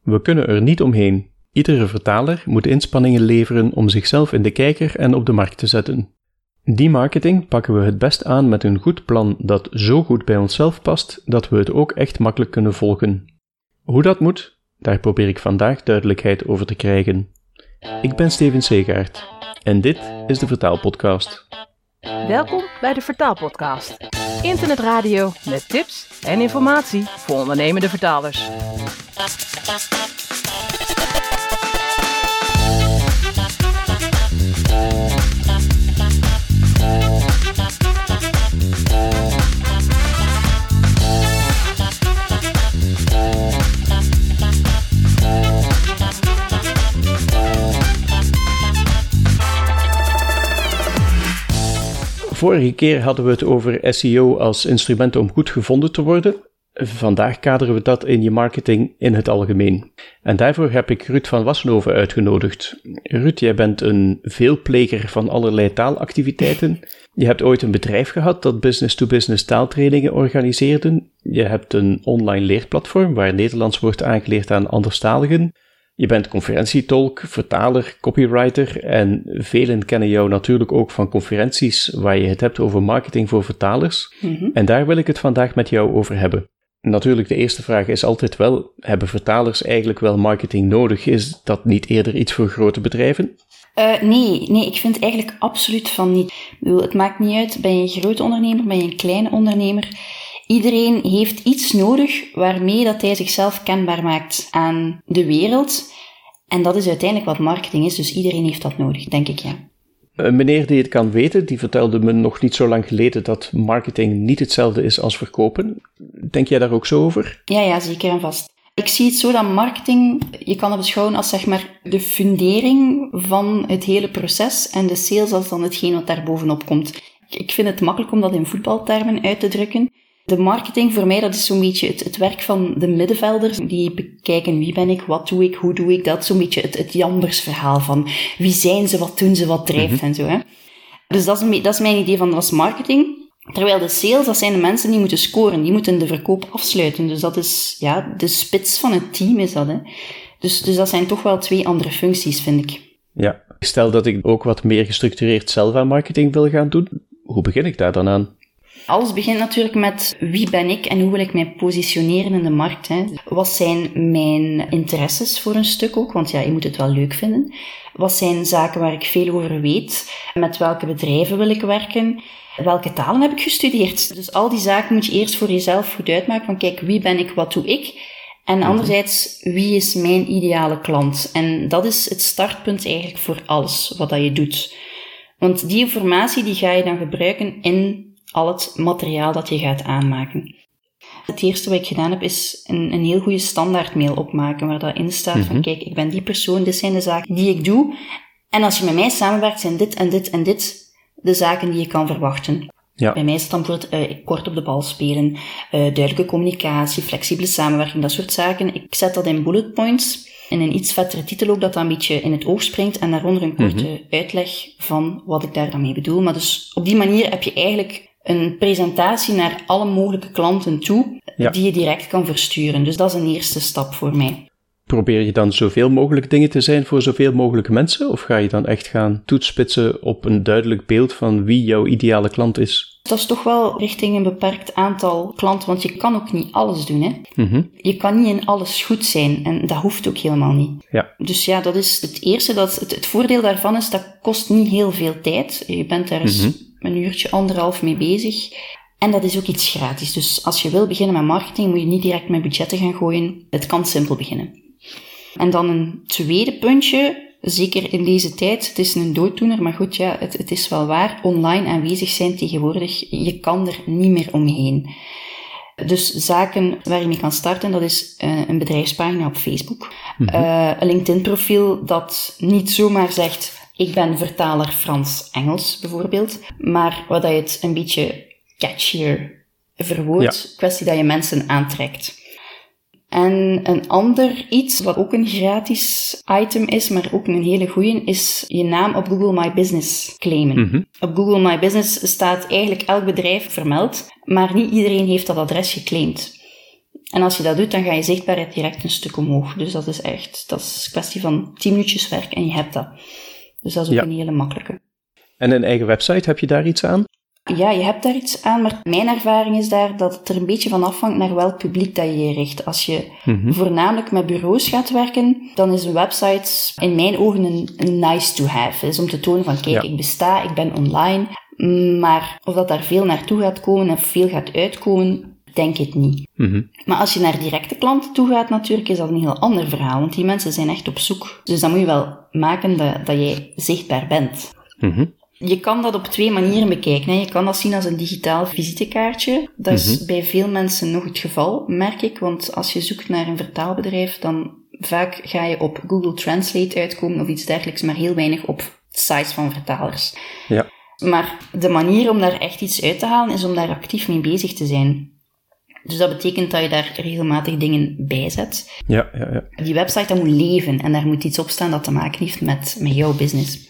We kunnen er niet omheen. Iedere vertaler moet inspanningen leveren om zichzelf in de kijker en op de markt te zetten. Die marketing pakken we het best aan met een goed plan dat zo goed bij onszelf past dat we het ook echt makkelijk kunnen volgen. Hoe dat moet, daar probeer ik vandaag duidelijkheid over te krijgen. Ik ben Steven Seegaert en dit is de Vertaalpodcast. Welkom bij de Vertaalpodcast. Internetradio met tips en informatie voor ondernemende vertalers. Vorige keer hadden we het over SEO als instrument om goed gevonden te worden. Vandaag kaderen we dat in je marketing in het algemeen. En daarvoor heb ik Ruud van Wassenhoven uitgenodigd. Ruud, jij bent een veelpleger van allerlei taalactiviteiten. Je hebt ooit een bedrijf gehad dat business-to-business taaltrainingen organiseerde. Je hebt een online leerplatform waar Nederlands wordt aangeleerd aan anderstaligen. Je bent conferentietolk, vertaler, copywriter en velen kennen jou natuurlijk ook van conferenties waar je het hebt over marketing voor vertalers. En daar wil ik het vandaag met jou over hebben. Natuurlijk, de eerste vraag is altijd wel, hebben vertalers eigenlijk wel marketing nodig? Is dat niet eerder iets voor grote bedrijven? Nee, ik vind eigenlijk absoluut van niet. Ik bedoel, het maakt niet uit, ben je een grote ondernemer, ben je een kleine ondernemer. Iedereen heeft iets nodig waarmee dat hij zichzelf kenbaar maakt aan de wereld. En dat is uiteindelijk wat marketing is, dus iedereen heeft dat nodig, denk ik, ja. Een meneer die het kan weten, die vertelde me nog niet zo lang geleden dat marketing niet hetzelfde is als verkopen. Denk jij daar ook zo over? Ja, zeker en vast. Ik zie het zo dat marketing, je kan het beschouwen als zeg maar de fundering van het hele proces en de sales als dan hetgeen wat daar bovenop komt. Ik vind het makkelijk om dat in voetbaltermen uit te drukken. De marketing voor mij, dat is zo'n beetje het werk van de middenvelders. Die bekijken wie ben ik, wat doe ik, hoe doe ik dat. Zo'n beetje het Jambers-verhaal van wie zijn ze, wat doen ze, wat drijft en zo. Hè. Dus dat is mijn idee van dat is marketing. Terwijl de sales, dat zijn de mensen die moeten scoren. Die moeten de verkoop afsluiten. Dus dat is de spits van het team is dat. Hè. Dus dat zijn toch wel twee andere functies, vind ik. Ja, stel dat ik ook wat meer gestructureerd zelf aan marketing wil gaan doen. Hoe begin ik daar dan aan? Alles begint natuurlijk met wie ben ik en hoe wil ik mij positioneren in de markt. Hè? Wat zijn mijn interesses voor een stuk ook, want ja, je moet het wel leuk vinden. Wat zijn zaken waar ik veel over weet? Met welke bedrijven wil ik werken? Welke talen heb ik gestudeerd? Dus al die zaken moet je eerst voor jezelf goed uitmaken van kijk, wie ben ik, wat doe ik? En anderzijds, wie is mijn ideale klant? En dat is het startpunt eigenlijk voor alles wat dat je doet. Want die informatie die ga je dan gebruiken in al het materiaal dat je gaat aanmaken. Het eerste wat ik gedaan heb, is een heel goede standaardmail opmaken, waar dat in staat van, kijk, ik ben die persoon, dit zijn de zaken die ik doe, en als je met mij samenwerkt, zijn dit en dit en dit de zaken die je kan verwachten. Ja. Bij mij is het dan bijvoorbeeld kort op de bal spelen, duidelijke communicatie, flexibele samenwerking, dat soort zaken. Ik zet dat in bullet points, in een iets vettere titel ook, dat een beetje in het oog springt, en daaronder een korte uitleg van wat ik daar dan mee bedoel. Maar dus op die manier heb je eigenlijk een presentatie naar alle mogelijke klanten toe, die je direct kan versturen. Dus dat is een eerste stap voor mij. Probeer je dan zoveel mogelijk dingen te zijn voor zoveel mogelijke mensen? Of ga je dan echt gaan toetspitsen op een duidelijk beeld van wie jouw ideale klant is? Dat is toch wel richting een beperkt aantal klanten, want je kan ook niet alles doen. Hè? Je kan niet in alles goed zijn en dat hoeft ook helemaal niet. Ja. Dus ja, dat is het eerste. Het voordeel daarvan is, dat kost niet heel veel tijd. Je bent daar eens een uurtje, 1,5 mee bezig. En dat is ook iets gratis. Dus als je wil beginnen met marketing, moet je niet direct met budgetten gaan gooien. Het kan simpel beginnen. En dan een tweede puntje, zeker in deze tijd, het is een dooddoener, maar goed, ja, het is wel waar. Online aanwezig zijn tegenwoordig, je kan er niet meer omheen. Dus zaken waar je mee kan starten, dat is een bedrijfspagina op Facebook. Een LinkedIn-profiel dat niet zomaar zegt, ik ben vertaler Frans-Engels bijvoorbeeld, maar waar dat je het een beetje catchier verwoordt, kwestie dat je mensen aantrekt. En een ander iets, wat ook een gratis item is, maar ook een hele goeie, is je naam op Google My Business claimen. Op Google My Business staat eigenlijk elk bedrijf vermeld, maar niet iedereen heeft dat adres geclaimd. En als je dat doet, dan ga je zichtbaarheid direct een stuk omhoog. Dus dat is een kwestie van 10 minuutjes werk en je hebt dat. Dus dat is ook een hele makkelijke. En een eigen website, heb je daar iets aan? Ja, je hebt daar iets aan, maar mijn ervaring is daar dat het er een beetje van afhangt naar welk publiek dat je richt. Als je voornamelijk met bureaus gaat werken, dan is een website in mijn ogen een nice to have. Het is om te tonen van, kijk, ik besta, ik ben online. Maar of dat daar veel naartoe gaat komen en veel gaat uitkomen, denk ik niet. Maar als je naar directe klanten toe gaat natuurlijk, is dat een heel ander verhaal. Want die mensen zijn echt op zoek. Dus dan moet je wel maken dat jij zichtbaar bent. Je kan dat op 2 manieren bekijken. Hè. Je kan dat zien als een digitaal visitekaartje. Dat is bij veel mensen nog het geval, merk ik. Want als je zoekt naar een vertaalbedrijf, dan vaak ga je op Google Translate uitkomen of iets dergelijks, maar heel weinig op sites van vertalers. Ja. Maar de manier om daar echt iets uit te halen, is om daar actief mee bezig te zijn. Dus dat betekent dat je daar regelmatig dingen bij zet. Ja. Die website dat moet leven en daar moet iets op staan dat te maken heeft met jouw business.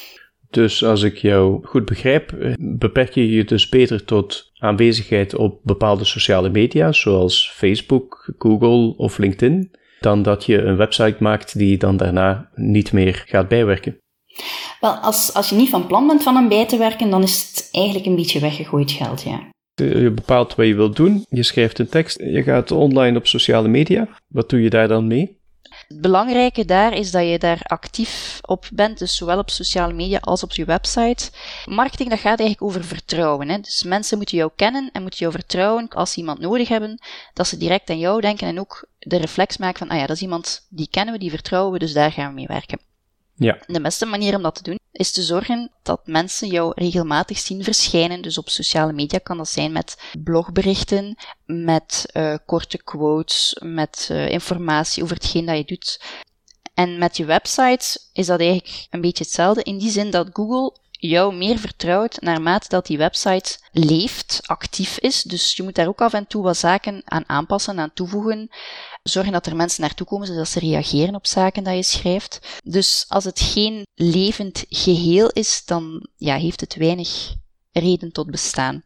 Dus als ik jou goed begrijp, beperk je je dus beter tot aanwezigheid op bepaalde sociale media, zoals Facebook, Google of LinkedIn, dan dat je een website maakt die dan daarna niet meer gaat bijwerken. Wel, als je niet van plan bent van hem bij te werken, dan is het eigenlijk een beetje weggegooid geld, ja. Je bepaalt wat je wilt doen, je schrijft een tekst, je gaat online op sociale media. Wat doe je daar dan mee? Het belangrijke daar is dat je daar actief op bent, dus zowel op sociale media als op je website. Marketing, dat gaat eigenlijk over vertrouwen. Hè? Dus mensen moeten jou kennen en moeten jou vertrouwen als ze iemand nodig hebben, dat ze direct aan jou denken en ook de reflex maken van, dat is iemand die kennen we, die vertrouwen we, dus daar gaan we mee werken. Ja. De beste manier om dat te doen is te zorgen dat mensen jou regelmatig zien verschijnen. Dus op sociale media kan dat zijn met blogberichten, met korte quotes, met informatie over hetgeen dat je doet. En met je website is dat eigenlijk een beetje hetzelfde, in die zin dat Google jou meer vertrouwt naarmate dat die website leeft, actief is. Dus je moet daar ook af en toe wat zaken aan aanpassen, aan toevoegen. Zorgen dat er mensen naartoe komen, zodat ze reageren op zaken dat je schrijft. Dus als het geen levend geheel is, dan heeft het weinig reden tot bestaan.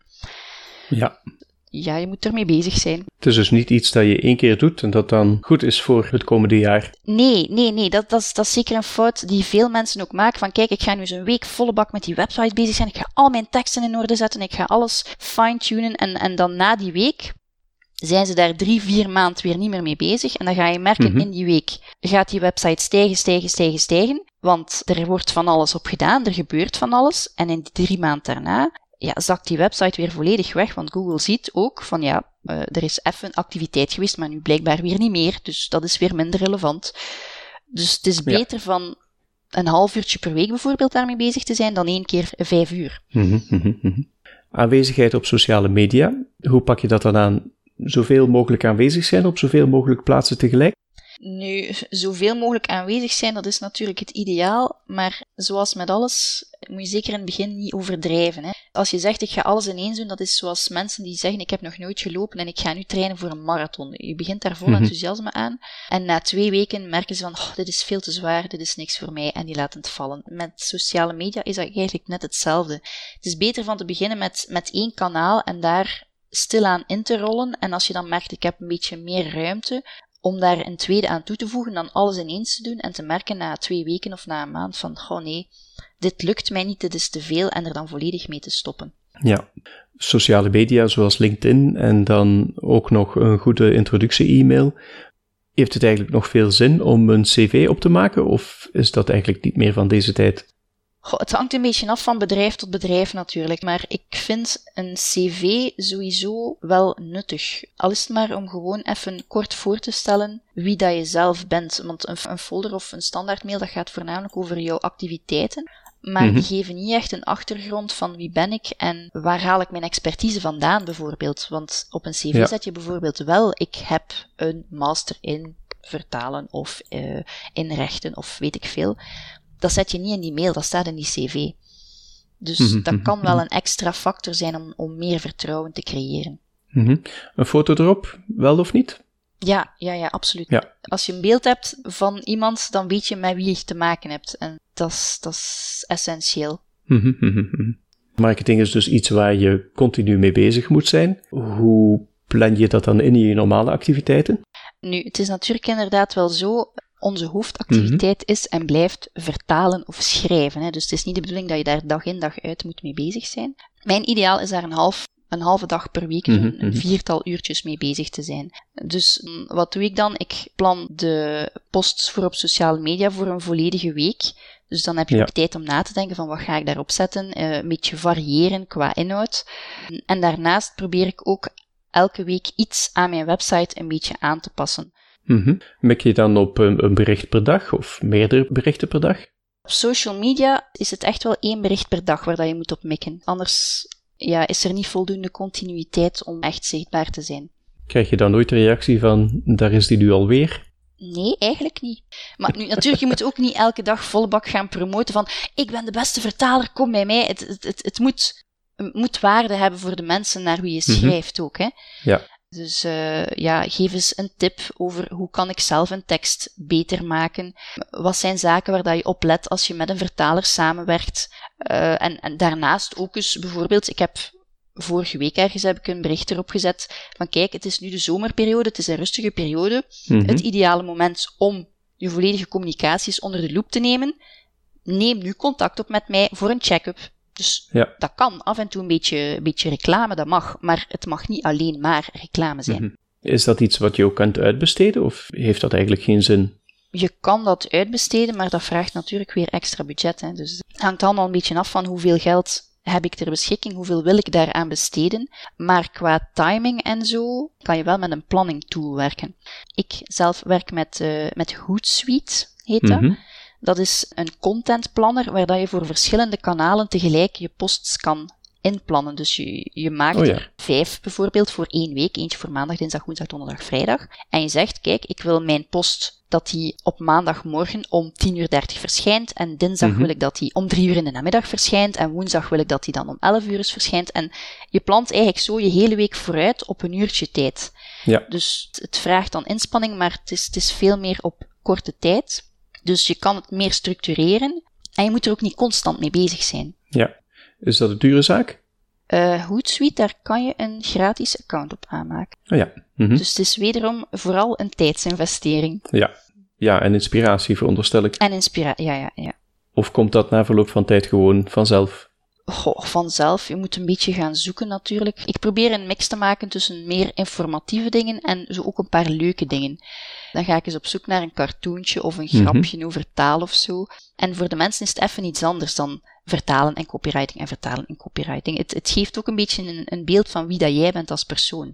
Ja. Ja, je moet ermee bezig zijn. Het is dus niet iets dat je 1 keer doet en dat dan goed is voor het komende jaar. Nee. Dat is zeker een fout die veel mensen ook maken. Van kijk, ik ga nu eens een week volle bak met die website bezig zijn. Ik ga al mijn teksten in orde zetten. Ik ga alles fine-tunen. En dan na die week zijn ze daar 3-4 maanden weer niet meer mee bezig. En dan ga je merken, in die week gaat die website stijgen. Want er wordt van alles op gedaan. Er gebeurt van alles. En in die 3 maanden daarna zakt die website weer volledig weg, want Google ziet ook van er is even een activiteit geweest, maar nu blijkbaar weer niet meer, dus dat is weer minder relevant. Dus het is beter van een half uurtje per week bijvoorbeeld daarmee bezig te zijn, dan 1 keer 5 uur. Aanwezigheid op sociale media, hoe pak je dat dan aan? Zoveel mogelijk aanwezig zijn op zoveel mogelijk plaatsen tegelijk? Nu, zoveel mogelijk aanwezig zijn, dat is natuurlijk het ideaal, maar zoals met alles moet je zeker in het begin niet overdrijven. Hè. Als je zegt, ik ga alles ineens doen, dat is zoals mensen die zeggen, ik heb nog nooit gelopen en ik ga nu trainen voor een marathon. Je begint daar vol enthousiasme aan en na 2 weken merken ze van, dit is veel te zwaar, dit is niks voor mij en die laten het vallen. Met sociale media is dat eigenlijk net hetzelfde. Het is beter van te beginnen met 1 kanaal en daar stilaan in te rollen en als je dan merkt, ik heb een beetje meer ruimte, om daar een tweede aan toe te voegen, dan alles ineens te doen en te merken na 2 weken of na een maand van, nee, dit lukt mij niet, dit is te veel en er dan volledig mee te stoppen. Ja, sociale media zoals LinkedIn en dan ook nog een goede introductie-e-mail. Heeft het eigenlijk nog veel zin om een cv op te maken of is dat eigenlijk niet meer van deze tijd? Het hangt een beetje af van bedrijf tot bedrijf natuurlijk, maar ik vind een cv sowieso wel nuttig. Al is het maar om gewoon even kort voor te stellen wie dat je zelf bent. Want een folder of een standaardmail, dat gaat voornamelijk over jouw activiteiten, maar die geven niet echt een achtergrond van wie ben ik en waar haal ik mijn expertise vandaan bijvoorbeeld. Want op een cv zet je bijvoorbeeld wel, ik heb een master in vertalen of in rechten of weet ik veel. Dat zet je niet in die mail, dat staat in die cv. Dus dat kan wel een extra factor zijn om meer vertrouwen te creëren. Een foto erop, wel of niet? Ja, absoluut. Ja. Als je een beeld hebt van iemand, dan weet je met wie je te maken hebt. En dat is essentieel. Marketing is dus iets waar je continu mee bezig moet zijn. Hoe plan je dat dan in je normale activiteiten? Nu, het is natuurlijk inderdaad wel zo, onze hoofdactiviteit is en blijft vertalen of schrijven. Hè. Dus het is niet de bedoeling dat je daar dag in dag uit moet mee bezig zijn. Mijn ideaal is daar een halve dag per week, een 4-tal uurtjes mee bezig te zijn. Dus wat doe ik dan? Ik plan de posts voor op sociale media voor een volledige week. Dus dan heb je ook tijd om na te denken van wat ga ik daarop zetten. Een beetje variëren qua inhoud. En daarnaast probeer ik ook elke week iets aan mijn website een beetje aan te passen. Mik je dan op een bericht per dag of meerdere berichten per dag? Op social media is het echt wel 1 bericht per dag waar dat je moet op mikken. Anders is er niet voldoende continuïteit om echt zichtbaar te zijn. Krijg je dan nooit de reactie van, daar is die nu alweer? Nee, eigenlijk niet. Maar nu, natuurlijk, je moet ook niet elke dag volle bak gaan promoten van, ik ben de beste vertaler, kom bij mij. Het moet waarde hebben voor de mensen naar wie je schrijft ook, hè. Ja. Dus geef eens een tip over hoe kan ik zelf een tekst beter maken. Wat zijn zaken waar dat je op let als je met een vertaler samenwerkt. En daarnaast ook eens bijvoorbeeld, ik heb vorige week ergens heb ik een bericht erop gezet van kijk, het is nu de zomerperiode, het is een rustige periode. Het ideale moment om je volledige communicaties onder de loep te nemen. Neem nu contact op met mij voor een check-up. Dus dat kan af en toe een beetje reclame, dat mag, maar het mag niet alleen maar reclame zijn. Is dat iets wat je ook kunt uitbesteden, of heeft dat eigenlijk geen zin? Je kan dat uitbesteden, maar dat vraagt natuurlijk weer extra budget. Hè. Dus het hangt allemaal een beetje af van hoeveel geld heb ik ter beschikking, hoeveel wil ik daaraan besteden. Maar qua timing en zo kan je wel met een planning tool werken. Ik zelf werk met Hootsuite, heet dat. Dat is een contentplanner waar dat je voor verschillende kanalen tegelijk je posts kan inplannen. Dus je maakt er 5 bijvoorbeeld voor 1 week. Eentje voor maandag, dinsdag, woensdag, donderdag, vrijdag. En je zegt, kijk, ik wil mijn post dat die op maandagmorgen om 10:30 verschijnt. En dinsdag wil ik dat die om 3 uur in de namiddag verschijnt. En woensdag wil ik dat die dan om 11 uur verschijnt. En je plant eigenlijk zo je hele week vooruit op een uurtje tijd. Ja. Dus het vraagt dan inspanning, maar het is veel meer op korte tijd. Dus je kan het meer structureren en je moet er ook niet constant mee bezig zijn. Ja. Is dat een dure zaak? Hootsuite, daar kan je een gratis account op aanmaken. Oh ja. Dus het is wederom vooral een tijdsinvestering. Ja, en inspiratie veronderstel ik. En inspiratie, ja. Of komt dat na verloop van tijd gewoon vanzelf? Vanzelf. Je moet een beetje gaan zoeken natuurlijk. Ik probeer een mix te maken tussen meer informatieve dingen en zo ook een paar leuke dingen. Dan ga ik eens op zoek naar een cartoontje of een grapje over taal of zo. En voor de mensen is het even iets anders dan vertalen en copywriting. Het geeft ook een beetje een beeld van wie dat jij bent als persoon.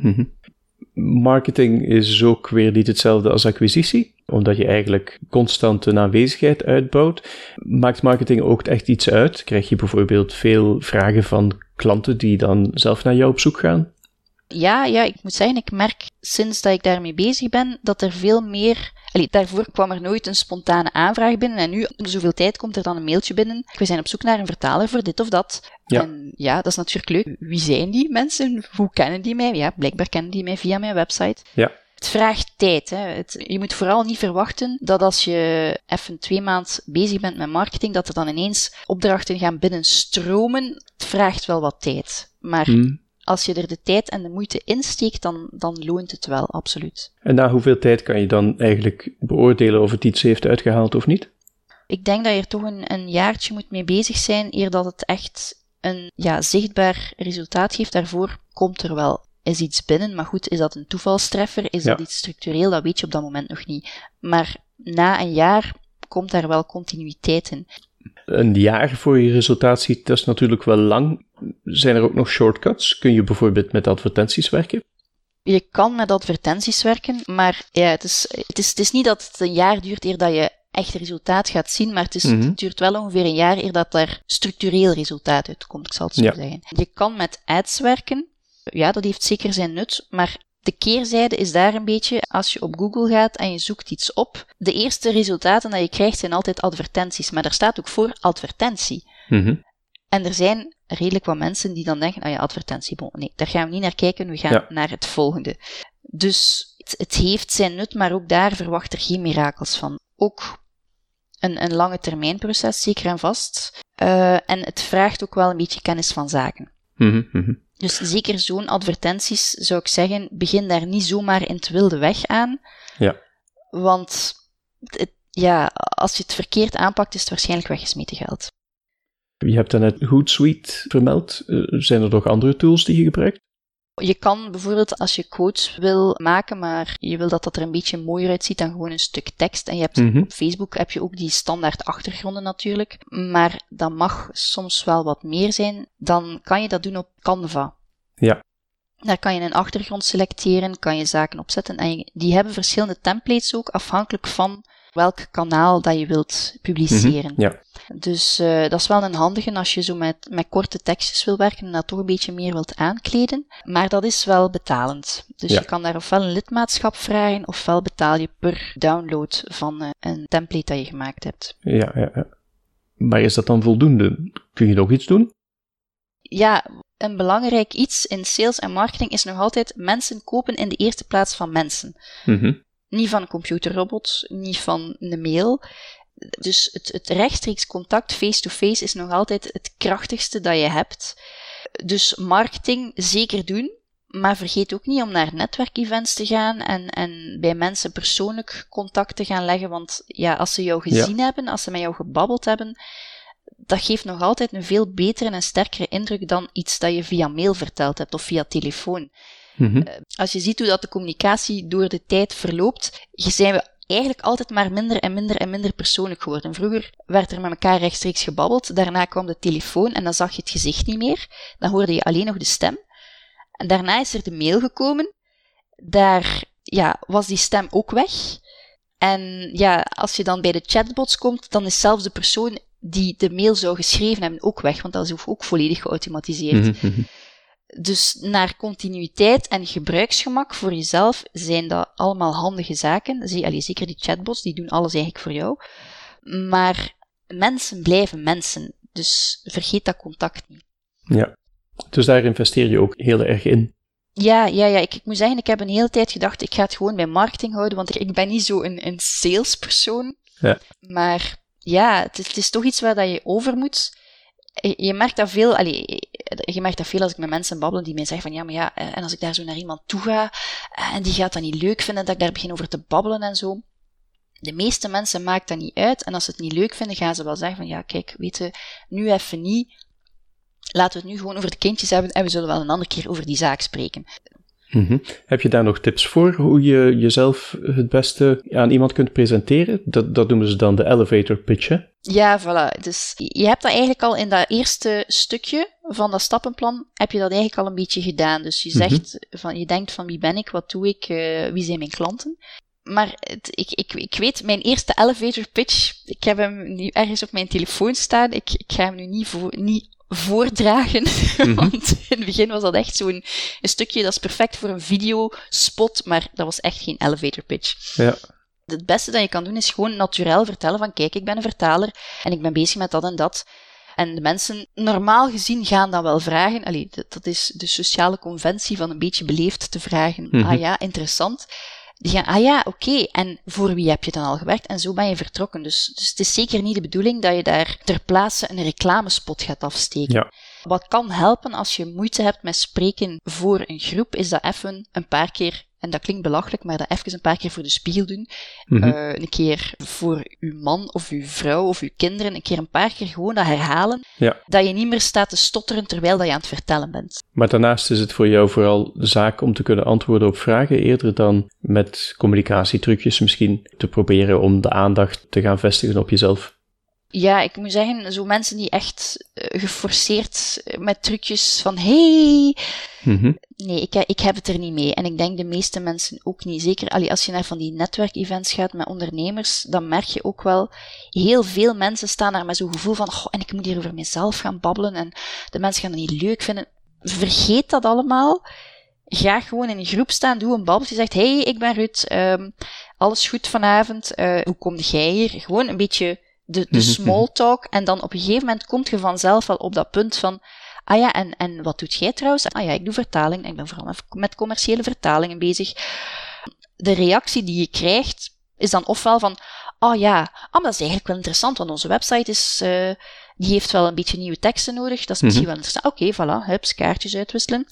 Marketing is ook weer niet hetzelfde als acquisitie, omdat je eigenlijk constant een aanwezigheid uitbouwt. Maakt marketing ook echt iets uit? Krijg je bijvoorbeeld veel vragen van klanten die dan zelf naar jou op zoek gaan? Ja, ik moet zeggen, ik merk sinds dat ik daarmee bezig ben, dat er veel meer... daarvoor kwam er nooit een spontane aanvraag binnen en nu, om zoveel tijd, komt er dan een mailtje binnen. We zijn op zoek naar een vertaler voor dit of dat. Ja. En ja, dat is natuurlijk leuk. Wie zijn die mensen? Hoe kennen die mij? Ja, blijkbaar kennen die mij via mijn website. Ja. Het vraagt tijd. Hè. Je moet vooral niet verwachten dat als je even 2 maanden bezig bent met marketing, dat er dan ineens opdrachten gaan binnenstromen. Het vraagt wel wat tijd. Maar... Als je er de tijd en de moeite insteekt, dan loont het wel, absoluut. En na hoeveel tijd kan je dan eigenlijk beoordelen of het iets heeft uitgehaald of niet? Ik denk dat je er toch een jaartje moet mee bezig zijn, eer dat het echt een zichtbaar resultaat geeft. Daarvoor komt er wel eens iets binnen, maar goed, is dat een toevalstreffer? Is dat iets structureel? Dat weet je op dat moment nog niet. Maar na een jaar komt daar wel continuïteit in. Een jaar voor je resultaat ziet, dat is natuurlijk wel lang. Zijn er ook nog shortcuts? Kun je bijvoorbeeld met advertenties werken? Je kan met advertenties werken, maar ja, het is niet dat het een jaar duurt eer dat je echt resultaat gaat zien, maar het duurt wel ongeveer een jaar eer dat er structureel resultaat uitkomt, ik zal het zo zeggen. Je kan met ads werken, ja, dat heeft zeker zijn nut, maar de keerzijde is daar een beetje, als je op Google gaat en je zoekt iets op, de eerste resultaten dat je krijgt zijn altijd advertenties, maar daar staat ook voor advertentie. En er zijn redelijk wat mensen die dan denken, advertentie, nee, daar gaan we niet naar kijken, we gaan naar het volgende. Dus het heeft zijn nut, maar ook daar verwacht er geen mirakels van. Ook een lange termijn proces, zeker en vast. En het vraagt ook wel een beetje kennis van zaken. Dus zeker zo'n advertenties, zou ik zeggen, begin daar niet zomaar in het wilde weg aan. Ja. Want als je het verkeerd aanpakt, is het waarschijnlijk weggesmeten geld. Je hebt daarnet Hootsuite vermeld. Zijn er nog andere tools die je gebruikt? Je kan bijvoorbeeld, als je quotes wil maken, maar je wil dat er een beetje mooier uitziet dan gewoon een stuk tekst. En je hebt op Facebook heb je ook die standaard achtergronden natuurlijk. Maar dat mag soms wel wat meer zijn. Dan kan je dat doen op Canva. Ja. Daar kan je een achtergrond selecteren, kan je zaken opzetten. En die hebben verschillende templates ook, afhankelijk van welk kanaal dat je wilt publiceren. Ja. Dus dat is wel een handige als je zo met korte tekstjes wil werken en dat toch een beetje meer wilt aankleden. Maar dat is wel betalend. Dus je kan daar ofwel een lidmaatschap vragen, ofwel betaal je per download van een template dat je gemaakt hebt. Ja. Maar is dat dan voldoende? Kun je nog iets doen? Ja, een belangrijk iets in sales en marketing is nog altijd mensen kopen in de eerste plaats van mensen. Niet van een computerrobot, niet van een mail. Dus het rechtstreeks contact face-to-face is nog altijd het krachtigste dat je hebt. Dus marketing zeker doen, maar vergeet ook niet om naar netwerkevents te gaan en bij mensen persoonlijk contact te gaan leggen. Want ja, als ze jou gezien hebben, als ze met jou gebabbeld hebben, dat geeft nog altijd een veel betere en sterkere indruk dan iets dat je via mail verteld hebt of via telefoon. Als je ziet hoe dat de communicatie door de tijd verloopt, zijn we eigenlijk altijd maar minder en minder persoonlijk geworden. Vroeger werd er met elkaar rechtstreeks gebabbeld, daarna kwam de telefoon en dan zag je het gezicht niet meer, dan hoorde je alleen nog de stem. En daarna is er de mail gekomen, daar was die stem ook weg. En ja, als je dan bij de chatbots komt, dan is zelfs de persoon die de mail zou geschreven hebben ook weg, want dat is ook volledig geautomatiseerd. Dus naar continuïteit en gebruiksgemak voor jezelf zijn dat allemaal handige zaken. Zeker die chatbots, die doen alles eigenlijk voor jou. Maar mensen blijven mensen, dus vergeet dat contact niet. Ja, dus daar investeer je ook heel erg in. Ja. Ik moet zeggen, ik heb een hele tijd gedacht, ik ga het gewoon bij marketing houden, want ik ben niet zo een salespersoon. Ja. Maar ja, het is toch iets waar dat je over moet. Je merkt dat veel, als ik met mensen babbel die mij zeggen van en als ik daar zo naar iemand toe ga en die gaat dat niet leuk vinden, dat ik daar begin over te babbelen en zo. De meeste mensen maakt dat niet uit en als ze het niet leuk vinden, gaan ze wel zeggen van kijk, weet je, nu even niet. Laten we het nu gewoon over de kindjes hebben en we zullen wel een andere keer over die zaak spreken. Heb je daar nog tips voor, hoe je jezelf het beste aan iemand kunt presenteren? Dat noemen ze dan de elevator pitch, hè? Ja, voilà. Dus je hebt dat eigenlijk al in dat eerste stukje van dat stappenplan, heb je dat eigenlijk al een beetje gedaan. Dus je zegt, je denkt van wie ben ik, wat doe ik, wie zijn mijn klanten? Maar ik weet, mijn eerste elevator pitch, ik heb hem nu ergens op mijn telefoon staan, ik ga hem nu niet voordragen, want in het begin was dat echt zo'n een stukje, dat is perfect voor een videospot, maar dat was echt geen elevator pitch. Ja. Het beste dat je kan doen is gewoon naturel vertellen van kijk, ik ben een vertaler en ik ben bezig met dat en dat. En de mensen, normaal gezien, gaan dan wel vragen, dat is de sociale conventie van een beetje beleefd te vragen, interessant. Die gaan, oké, en voor wie heb je dan al gewerkt? En zo ben je vertrokken. Dus het is zeker niet de bedoeling dat je daar ter plaatse een reclamespot gaat afsteken. Ja. Wat kan helpen als je moeite hebt met spreken voor een groep, is dat even een paar keer, en dat klinkt belachelijk, maar dat even een paar keer voor de spiegel doen. Een keer voor uw man of uw vrouw of uw kinderen, een keer een paar keer gewoon dat herhalen. Ja. Dat je niet meer staat te stotteren terwijl dat je aan het vertellen bent. Maar daarnaast is het voor jou vooral de zaak om te kunnen antwoorden op vragen, eerder dan met communicatietrucjes misschien te proberen om de aandacht te gaan vestigen op jezelf. Ja, ik moet zeggen, zo mensen die echt geforceerd met trucjes van hey... Nee, ik heb het er niet mee. En ik denk de meeste mensen ook niet. Zeker als je naar van die netwerkevents gaat met ondernemers, dan merk je ook wel, heel veel mensen staan daar met zo'n gevoel van en ik moet hier over mezelf gaan babbelen en de mensen gaan het niet leuk vinden. Vergeet dat allemaal. Ga gewoon in een groep staan, doe een babbeltje, zegt hey, ik ben Ruud, alles goed vanavond, hoe kom jij hier? Gewoon een beetje de small talk en dan op een gegeven moment komt je vanzelf wel op dat punt van en wat doet jij trouwens? Ik doe vertaling. Ik ben vooral met commerciële vertalingen bezig. De reactie die je krijgt, is dan ofwel van, maar dat is eigenlijk wel interessant, want onze website die heeft wel een beetje nieuwe teksten nodig. Dat is misschien wel interessant. Oké, voilà, hups, kaartjes uitwisselen.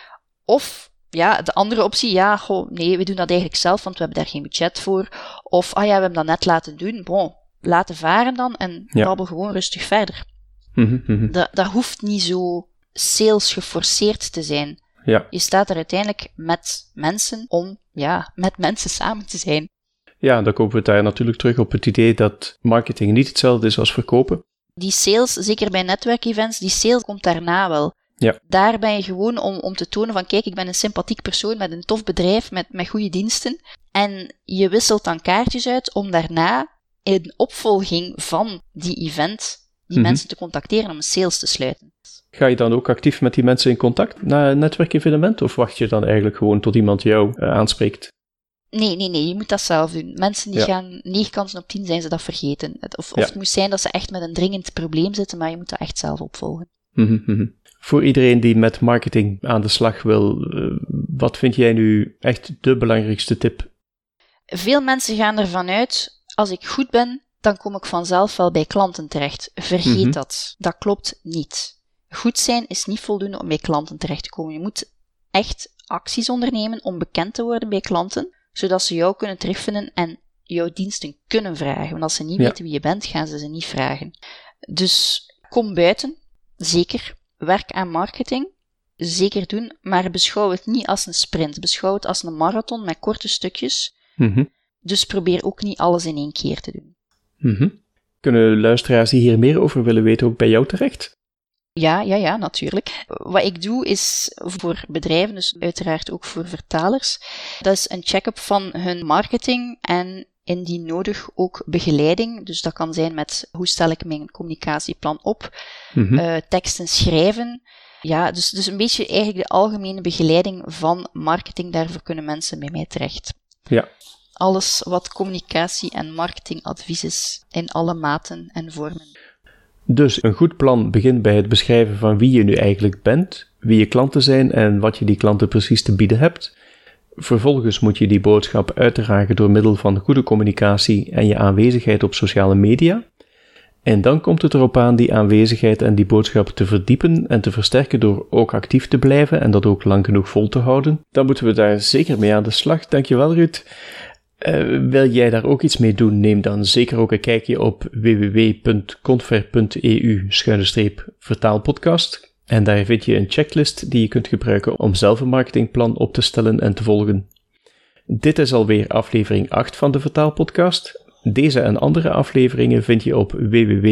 Of, ja, de andere optie, nee, we doen dat eigenlijk zelf, want we hebben daar geen budget voor. Of, we hebben dat net laten doen. Bon, laten varen dan en babbel gewoon rustig verder. Dat hoeft niet zo sales geforceerd te zijn. Ja. Je staat er uiteindelijk met mensen om, met mensen samen te zijn. Ja, dan komen we daar natuurlijk terug op het idee dat marketing niet hetzelfde is als verkopen. Die sales, zeker bij netwerkevents, die sales komt daarna wel. Ja. Daar ben je gewoon om te tonen van, kijk, ik ben een sympathiek persoon met een tof bedrijf, met goede diensten. En je wisselt dan kaartjes uit om daarna in opvolging van die event die mensen te contacteren om een sales te sluiten. Ga je dan ook actief met die mensen in contact na een netwerkevenement? Of wacht je dan eigenlijk gewoon tot iemand jou aanspreekt? Nee, je moet dat zelf doen. Mensen die gaan 9 kansen op 10 zijn ze dat vergeten. Of het moet zijn dat ze echt met een dringend probleem zitten, maar je moet dat echt zelf opvolgen. Voor iedereen die met marketing aan de slag wil, wat vind jij nu echt de belangrijkste tip? Veel mensen gaan ervan uit, als ik goed ben, dan kom ik vanzelf wel bij klanten terecht. Vergeet dat. Dat klopt niet. Goed zijn is niet voldoende om bij klanten terecht te komen. Je moet echt acties ondernemen om bekend te worden bij klanten, zodat ze jou kunnen terugvinden en jouw diensten kunnen vragen. Want als ze niet weten wie je bent, gaan ze niet vragen. Dus kom buiten, zeker. Werk aan marketing, zeker doen, maar beschouw het niet als een sprint. Beschouw het als een marathon met korte stukjes. Dus probeer ook niet alles in één keer te doen. Kunnen luisteraars die hier meer over willen weten ook bij jou terecht? Ja, natuurlijk. Wat ik doe is voor bedrijven, dus uiteraard ook voor vertalers, dat is een check-up van hun marketing en indien nodig ook begeleiding. Dus dat kan zijn met hoe stel ik mijn communicatieplan op, teksten schrijven. Ja, dus een beetje eigenlijk de algemene begeleiding van marketing, daarvoor kunnen mensen bij mij terecht. Ja. Alles wat communicatie en marketingadvies is, in alle maten en vormen. Dus een goed plan begint bij het beschrijven van wie je nu eigenlijk bent, wie je klanten zijn en wat je die klanten precies te bieden hebt. Vervolgens moet je die boodschap uitdragen door middel van goede communicatie en je aanwezigheid op sociale media. En dan komt het erop aan die aanwezigheid en die boodschap te verdiepen en te versterken door ook actief te blijven en dat ook lang genoeg vol te houden. Dan moeten we daar zeker mee aan de slag. Dankjewel, Ruud. Wil jij daar ook iets mee doen? Neem dan zeker ook een kijkje op www.confer.eu/vertaalpodcast. En daar vind je een checklist die je kunt gebruiken om zelf een marketingplan op te stellen en te volgen. Dit is alweer aflevering 8 van de Vertaalpodcast. Deze en andere afleveringen vind je op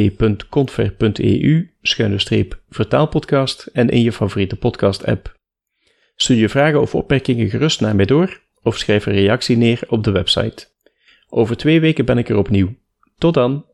www.confer.eu/vertaalpodcast en in je favoriete podcast-app. Stuur je vragen of opmerkingen gerust naar mij door of schrijf een reactie neer op de website. Over 2 weken ben ik er opnieuw. Tot dan!